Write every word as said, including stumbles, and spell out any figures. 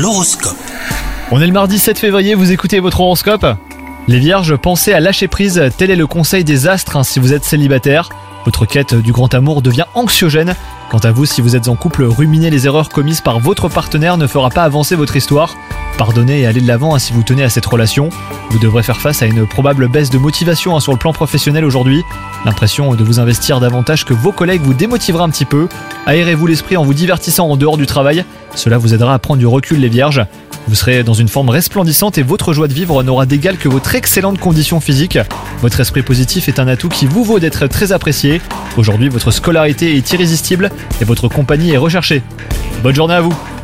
L'horoscope. On est le mardi sept février, vous écoutez votre horoscope. Les vierges, pensez à lâcher prise, tel est le conseil des astres hein, si vous êtes célibataire. Votre quête du grand amour devient anxiogène. Quant à vous, si vous êtes en couple, ruminer les erreurs commises par votre partenaire ne fera pas avancer votre histoire. Pardonnez et allez de l'avant hein, si vous tenez à cette relation. Vous devrez faire face à une probable baisse de motivation hein, sur le plan professionnel aujourd'hui. L'impression de vous investir davantage que vos collègues vous démotivera un petit peu. Aérez-vous l'esprit en vous divertissant en dehors du travail. Cela vous aidera à prendre du recul les vierges. Vous serez dans une forme resplendissante et votre joie de vivre n'aura d'égal que votre excellente condition physique. Votre esprit positif est un atout qui vous vaut d'être très apprécié. Aujourd'hui, votre scolarité est irrésistible et votre compagnie est recherchée. Bonne journée à vous!